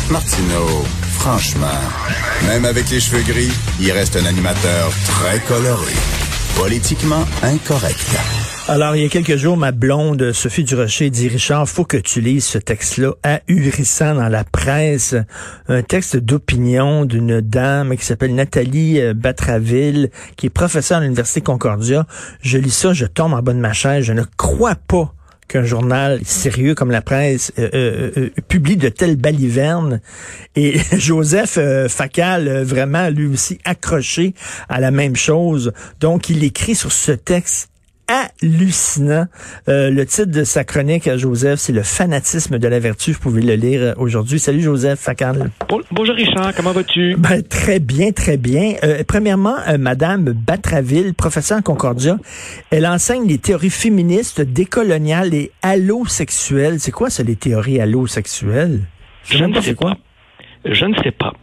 Martineau, franchement, même avec les cheveux gris, il reste un animateur très coloré. Politiquement incorrect. Alors, il y a quelques jours, ma blonde, Sophie Durocher, dit, Richard, faut que tu lises ce texte-là, ahurissant dans la presse. Un texte d'opinion d'une dame qui s'appelle Nathalie Batraville, qui est professeure à l'Université Concordia. Je lis ça, je tombe en bas de ma chaise. Je ne crois pas qu'un journal sérieux comme la presse publie de telles balivernes. Et Joseph Facal, vraiment, lui aussi, accroché à la même chose. Donc, il écrit sur ce texte hallucinant. Le titre de sa chronique à Joseph, c'est « Le fanatisme de la vertu ». Vous pouvez le lire aujourd'hui. Salut Joseph Facal. Bonjour Richard, comment vas-tu? Très bien, très bien. Premièrement, Madame Batraville, professeure à Concordia, elle enseigne les théories féministes, décoloniales et allosexuelles. C'est quoi ça, les théories allosexuelles? Je ne sais pas. Je ne sais pas.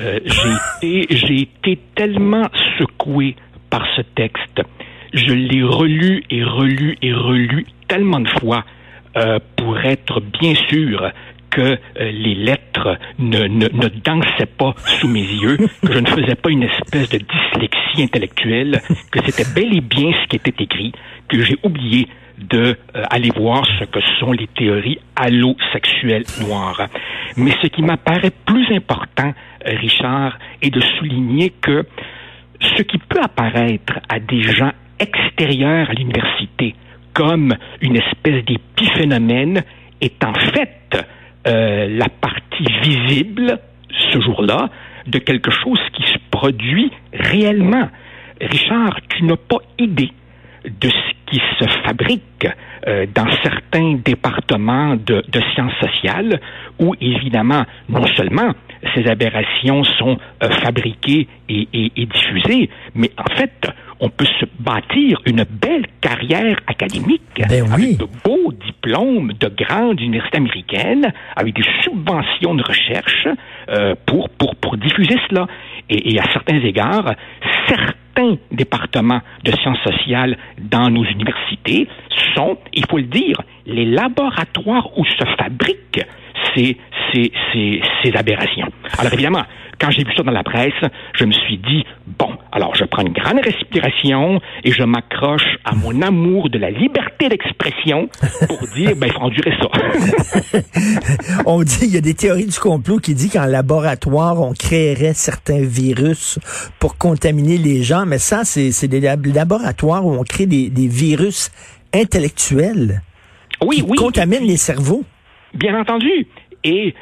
J'ai été tellement secoué par ce texte. Je l'ai relu et relu et relu tellement de fois pour être bien sûr que les lettres ne dansaient pas sous mes yeux, que je ne faisais pas une espèce de dyslexie intellectuelle, que c'était bel et bien ce qui était écrit, que j'ai oublié de aller voir ce que sont les théories allosexuelles noires. Mais ce qui m'apparaît plus important, Richard, est de souligner que ce qui peut apparaître à des gens extérieurs à l'université comme une espèce d'épiphénomène est en fait la partie visible, ce jour-là, de quelque chose qui se produit réellement. Richard, tu n'as pas idée de ce qui se fabrique dans certains départements de sciences sociales où, évidemment, non seulement ces aberrations sont fabriquées et diffusées, mais en fait, on peut se bâtir une belle carrière académique avec de beaux diplômes de grandes universités américaines, avec des subventions de recherche pour diffuser cela. Et à certains égards, certains départements de sciences sociales dans nos universités sont, il faut le dire, les laboratoires où se fabriquent ces aberrations. Alors évidemment, quand j'ai vu ça dans la presse, je me suis dit, bon, alors je prends une grande respiration et je m'accroche à mon amour de la liberté d'expression pour dire, il faut endurer ça. On dit, il y a des théories du complot qui disent qu'en laboratoire, on créerait certains virus pour contaminer les gens, mais ça, c'est des laboratoires où on crée des virus intellectuels qui contaminent les cerveaux. Bien entendu. Et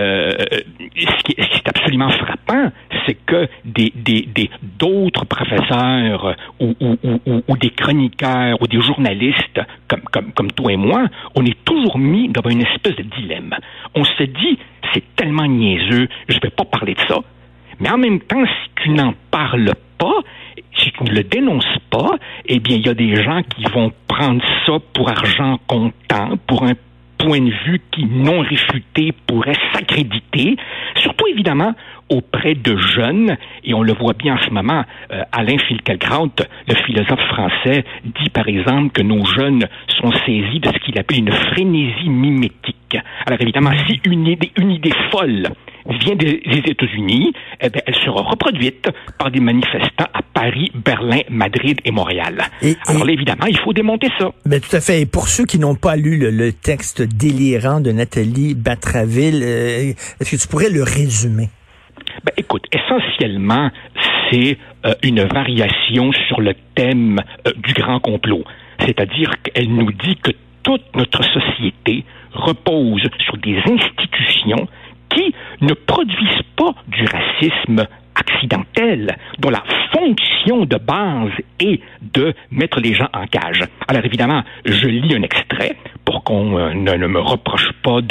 ce qui est absolument frappant, c'est que d'autres professeurs ou des chroniqueurs ou des journalistes comme toi et moi, on est toujours mis devant une espèce de dilemme. On se dit, c'est tellement niaiseux, je ne vais pas parler de ça. Mais en même temps, si tu n'en parles pas, si tu ne le dénonces pas, eh bien, il y a des gens qui vont prendre ça pour argent comptant, pour un point de vue qui, non réfuté, pourrait s'accréditer, surtout évidemment auprès de jeunes, et on le voit bien en ce moment, Alain Finkielkraut, le philosophe français, dit par exemple que nos jeunes sont saisis de ce qu'il appelle une frénésie mimétique. Alors évidemment, si une idée folle vient des États-Unis, eh bien, elle sera reproduite par des manifestants à Paris, Berlin, Madrid et Montréal. Alors là, évidemment, il faut démonter ça. Ben, tout à fait. Et pour ceux qui n'ont pas lu le texte délirant de Nathalie Batraville, est-ce que tu pourrais le résumer? Ben, écoute, essentiellement, c'est une variation sur le thème du grand complot. C'est-à-dire qu'elle nous dit que toute notre société repose sur des institutions qui ne produisent pas du racisme accidentel, dont la fonction de base est de mettre les gens en cage. Alors évidemment, je lis un extrait pour qu'on ne me reproche pas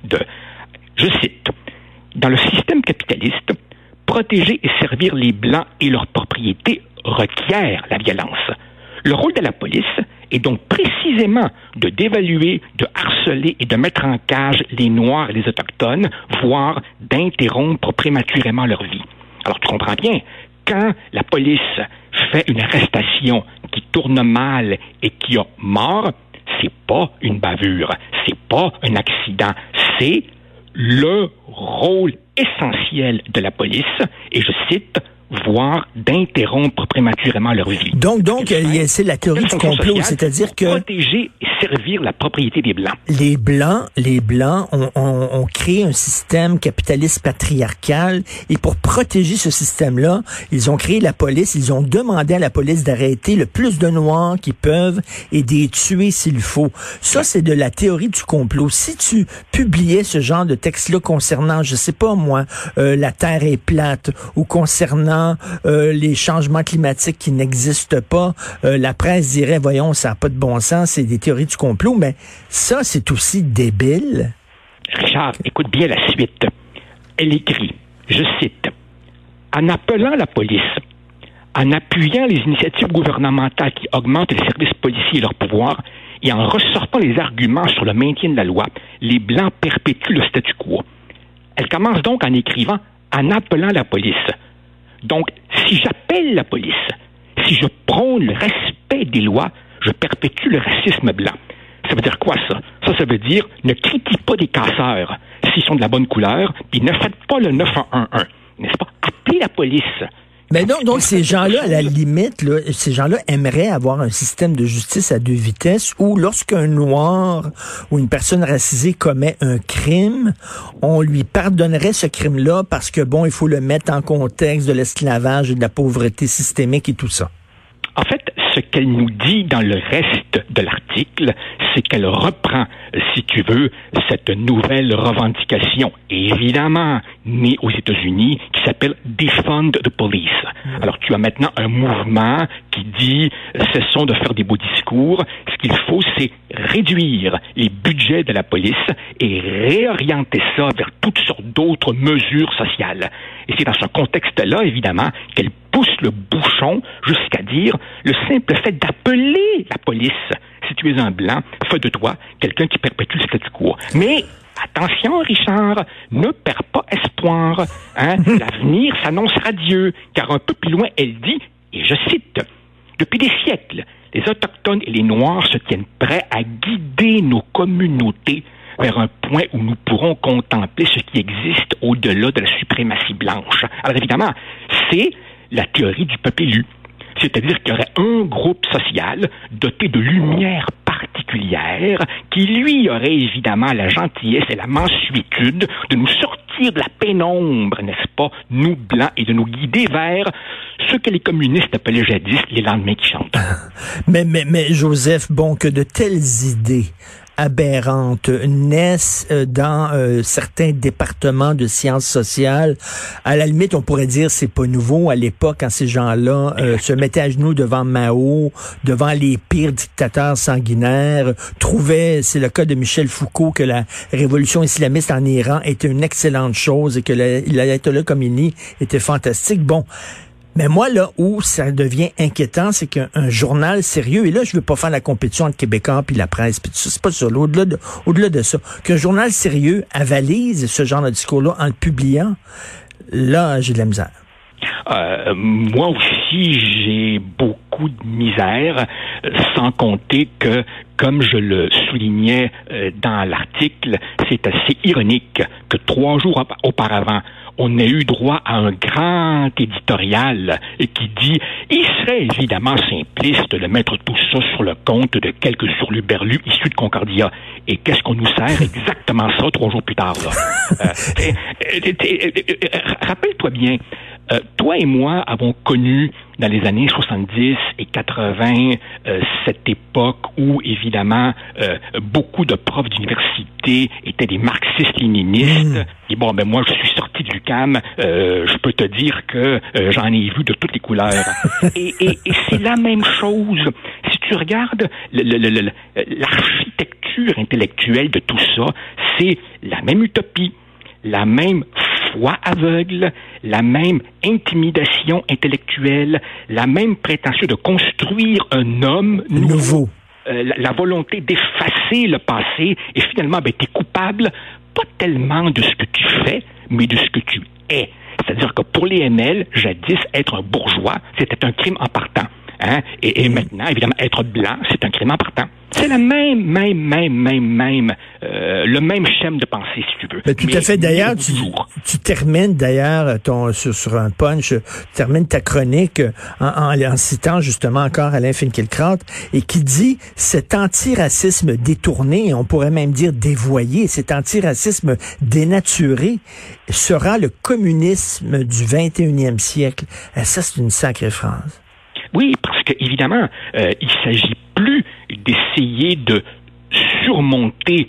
je cite, « Dans le système capitaliste, protéger et servir les Blancs et leurs propriétés requiert la violence. Le rôle de la police est donc précisément de dévaluer, de harceler et de mettre en cage les Noirs et les Autochtones, voire d'interrompre prématurément leur vie. » Alors tu comprends bien, quand la police fait une arrestation qui tourne mal et qui a mort, c'est pas une bavure, c'est pas un accident, c'est le rôle essentielle de la police, et je cite, voire d'interrompre prématurément leur vie. Donc, c'est la théorie du complot, c'est-à-dire que protéger et servir la propriété des Blancs. Les Blancs ont créé un système capitaliste patriarcal, et pour protéger ce système-là, ils ont créé la police, ils ont demandé à la police d'arrêter le plus de Noirs qu'ils peuvent et de les tuer s'il faut. Ça, c'est de la théorie du complot. Si tu publiais ce genre de texte-là concernant, je sais pas moi, la Terre est plate, ou concernant les changements climatiques qui n'existent pas, la presse dirait, voyons, ça n'a pas de bon sens, c'est des théories du complot, mais ça, c'est aussi débile. Richard, écoute bien la suite. Elle écrit, je cite, « En appelant la police, en appuyant les initiatives gouvernementales qui augmentent les services policiers et leur pouvoir, et en ressortant les arguments sur le maintien de la loi, les Blancs perpétuent le statu quo. » Elle commence donc en écrivant « en appelant la police ». Donc, si j'appelle la police, si je prône le respect des lois, je perpétue le racisme blanc. Ça veut dire quoi, ça? Ça veut dire, ne critique pas des casseurs s'ils sont de la bonne couleur, puis ne faites pas le 911, n'est-ce pas? Appelez la police. Mais donc ces gens-là, à la limite, là, ces gens-là aimeraient avoir un système de justice à deux vitesses où lorsqu'un noir ou une personne racisée commet un crime, on lui pardonnerait ce crime-là parce que, bon, il faut le mettre en contexte de l'esclavage et de la pauvreté systémique et tout ça. En fait, ce qu'elle nous dit dans le reste de l'article, c'est qu'elle reprend, si tu veux, cette nouvelle revendication, évidemment née aux États-Unis, qui s'appelle « Defund the Police ». Alors, tu as maintenant un mouvement qui dit « cessons de faire des beaux discours ». Ce qu'il faut, c'est réduire les budgets de la police et réorienter ça vers toutes sortes d'autres mesures sociales. Et c'est dans ce contexte-là, évidemment, qu'elle pousse le bouchon jusqu'à dire le simple fait d'appeler la police, si tu es un blanc, fait de toi quelqu'un qui perpétue le statu quo. Mais attention, Richard, ne perds pas espoir. Hein? L'avenir s'annonce radieux, car un peu plus loin, elle dit, et je cite, « Depuis des siècles, les Autochtones et les Noirs se tiennent prêts à guider nos communautés vers un point où nous pourrons contempler ce qui existe au-delà de la suprématie blanche. » Alors évidemment, c'est la théorie du peuple élu. C'est-à-dire qu'il y aurait un groupe social doté de lumière particulière qui, lui, aurait évidemment la gentillesse et la mansuétude de nous sortir de la pénombre, n'est-ce pas, nous, blancs, et de nous guider vers ce que les communistes appelaient jadis les lendemains qui chantent. Mais Joseph, bon, que de telles idées aberrantes naissent dans certains départements de sciences sociales. À la limite, on pourrait dire c'est pas nouveau. À l'époque, quand ces gens-là se mettaient à genoux devant Mao, devant les pires dictateurs sanguinaires, trouvaient, c'est le cas de Michel Foucault, que la révolution islamiste en Iran était une excellente chose et que l'ayatollah Khomeini était fantastique. Bon. Mais moi, là où ça devient inquiétant, c'est qu'un journal sérieux, et là, je veux pas faire la compétition entre Québécois puis la presse, puis tout ça, c'est pas ça. Au-delà de ça, qu'un journal sérieux avalise ce genre de discours-là en le publiant, là, j'ai de la misère. Moi aussi, j'ai beaucoup de misère, sans compter que, comme je le soulignais dans l'article, c'est assez ironique que 3 jours auparavant, on a eu droit à un grand éditorial qui dit « Il serait évidemment simpliste de mettre tout ça sur le compte de quelques hurluberlus issus de Concordia. » Et qu'est-ce qu'on nous sert? Exactement ça 3 jours plus tard. Là. Rappelle-toi bien, toi et moi avons connu dans les années 70 et 80 cette époque où, évidemment, beaucoup de profs d'université étaient des marxistes-léninistes. Et bon, ben moi, je suis sorti de l'UQAM, je peux te dire que j'en ai vu de toutes les couleurs. Et c'est la même chose. Si tu regardes l'architecture intellectuelle de tout ça, c'est la même utopie, la même foi aveugle, la même intimidation intellectuelle, la même prétention de construire un homme nouveau. La volonté d'effacer le passé et finalement, ben, t'es coupable pas tellement de ce que tu fais, mais de ce que tu es. C'est-à-dire que pour les ML, jadis, être un bourgeois, c'était un crime en partant. Hein? Et maintenant, évidemment, être blanc, c'est un crime en partant. C'est le même schème de pensée, si tu veux. Mais tout à fait. D'ailleurs, tu termines d'ailleurs sur un punch, tu termines ta chronique en citant justement encore Alain Finkielkraut, et qui dit cet antiracisme détourné, on pourrait même dire dévoyé, cet antiracisme dénaturé sera le communisme du 21e siècle. Et ça, c'est une sacrée phrase. Oui, parce que évidemment, il s'agit plus d'essayer de surmonter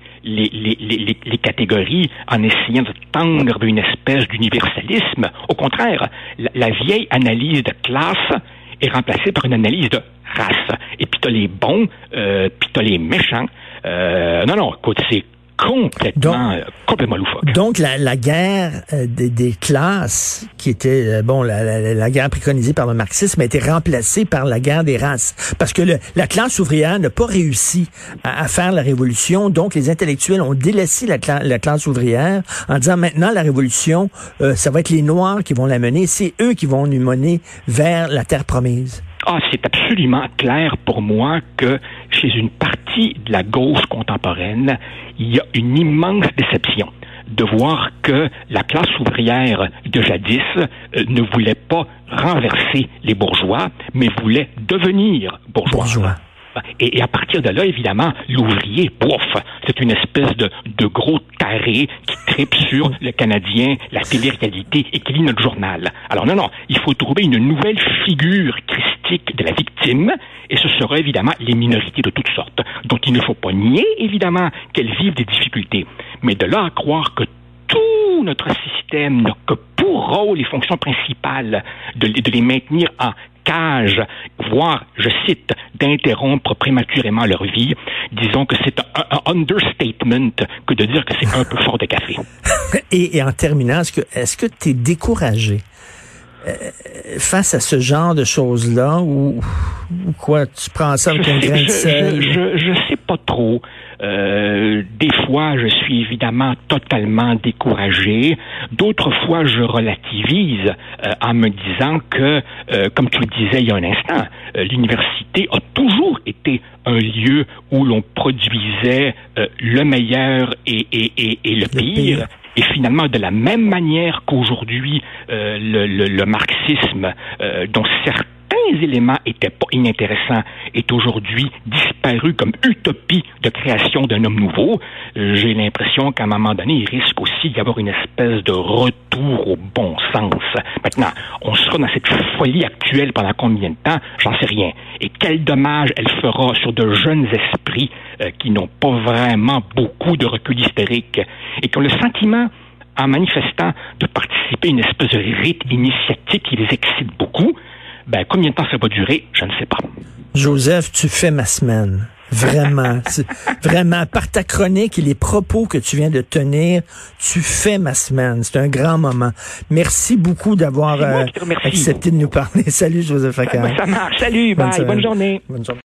les catégories en essayant de tendre vers une espèce d'universalisme. Au contraire, la vieille analyse de classe est remplacée par une analyse de race. Et puis t'as les bons, puis t'as les méchants. Non, écoute, c'est complètement loufoque. Donc, la guerre des classes, qui était, la guerre préconisée par le marxisme, a été remplacée par la guerre des races. Parce que la classe ouvrière n'a pas réussi à faire la révolution. Donc, les intellectuels ont délaissé la classe ouvrière en disant maintenant, la révolution, ça va être les Noirs qui vont la mener. C'est eux qui vont nous mener vers la terre promise. Ah, c'est absolument clair pour moi que chez une partie de la gauche contemporaine, il y a une immense déception de voir que la classe ouvrière de jadis ne voulait pas renverser les bourgeois, mais voulait devenir bourgeois. Et à partir de là, évidemment, l'ouvrier, c'est une espèce de gros taré qui tripe sur le Canadien, la télé-réalité et qui lit notre journal. Alors non, il faut trouver une nouvelle figure christique de la victime, et ce sera évidemment les minorités de toutes sortes, dont il ne faut pas nier, évidemment, qu'elles vivent des difficultés. Mais de là à croire que tout notre système n'a que pour rôle et fonction principale de les maintenir en cage, voire, je cite, d'interrompre prématurément leur vie, disons que c'est un understatement que de dire que c'est un peu fort de café. Et en terminant, est-ce que tu es découragé face à ce genre de choses-là, ou quoi, tu prends ça avec un grain de sel? Je sais pas trop. Des fois, je suis évidemment totalement découragé. D'autres fois, je relativise en me disant que, comme tu le disais il y a un instant, l'université a toujours été un lieu où l'on produisait le meilleur et le pire. Et finalement, de la même manière qu'aujourd'hui, le marxisme, dont certains éléments étaient pas inintéressants, est aujourd'hui disparu comme utopie de création d'un homme nouveau. J'ai l'impression qu'à un moment donné, il risque aussi d'y avoir une espèce de retour au bon sens. Maintenant, on sera dans cette folie actuelle pendant combien de temps? J'en sais rien. Et quel dommage elle fera sur de jeunes esprits qui n'ont pas vraiment beaucoup de recul historique et qui ont le sentiment, en manifestant, de participer à une espèce de rite initiatique qui les excite beaucoup. Combien de temps ça va durer? Je ne sais pas. Joseph, tu fais ma semaine. Vraiment. Vraiment, par ta chronique et les propos que tu viens de tenir, tu fais ma semaine. C'est un grand moment. Merci beaucoup d'avoir accepté de nous parler. Salut, Joseph Facal. Ça marche. Salut, bye. Bonne journée. Bonne journée.